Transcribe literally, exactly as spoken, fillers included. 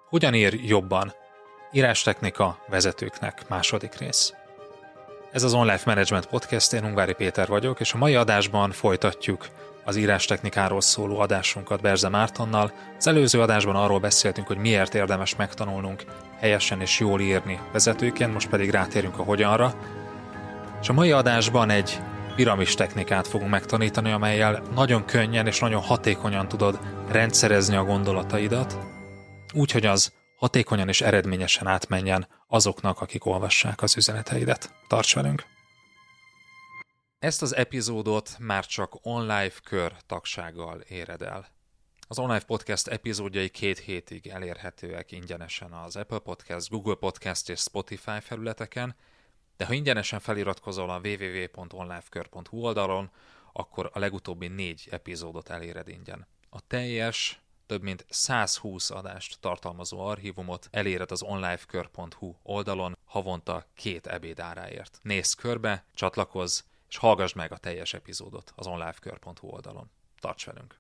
Hogyan ír jobban? Írástechnika vezetőknek második rész. Ez az Online Management Podcast, én Ungvári Péter vagyok, és a mai adásban folytatjuk az írástechnikáról szóló adásunkat Berze Mártonnal. Az előző adásban arról beszéltünk, hogy miért érdemes megtanulnunk helyesen és jól írni vezetőként, most pedig rátérünk a hogyanra. És a mai adásban egy piramis technikát fogunk megtanítani, amellyel nagyon könnyen és nagyon hatékonyan tudod rendszerezni a gondolataidat, úgy, hogy az hatékonyan és eredményesen átmenjen azoknak, akik olvassák az üzeneteidet. Tarts velünk! Ezt az epizódot már csak online kör tagsággal éred el. Az Online Podcast epizódjai két hétig elérhetőek ingyenesen az Apple Podcast, Google Podcast és Spotify felületeken, de ha ingyenesen feliratkozol a double-u double-u double-u pont onlifekör pont hu oldalon, akkor a legutóbbi négy epizódot eléred ingyen. A teljes, több mint százhúsz adást tartalmazó archívumot eléred az onlifekör pont hu oldalon havonta két ebéd áráért. Nézz körbe, csatlakozz, és hallgass meg a teljes epizódot az onlifekör pont hu oldalon. Tarts velünk!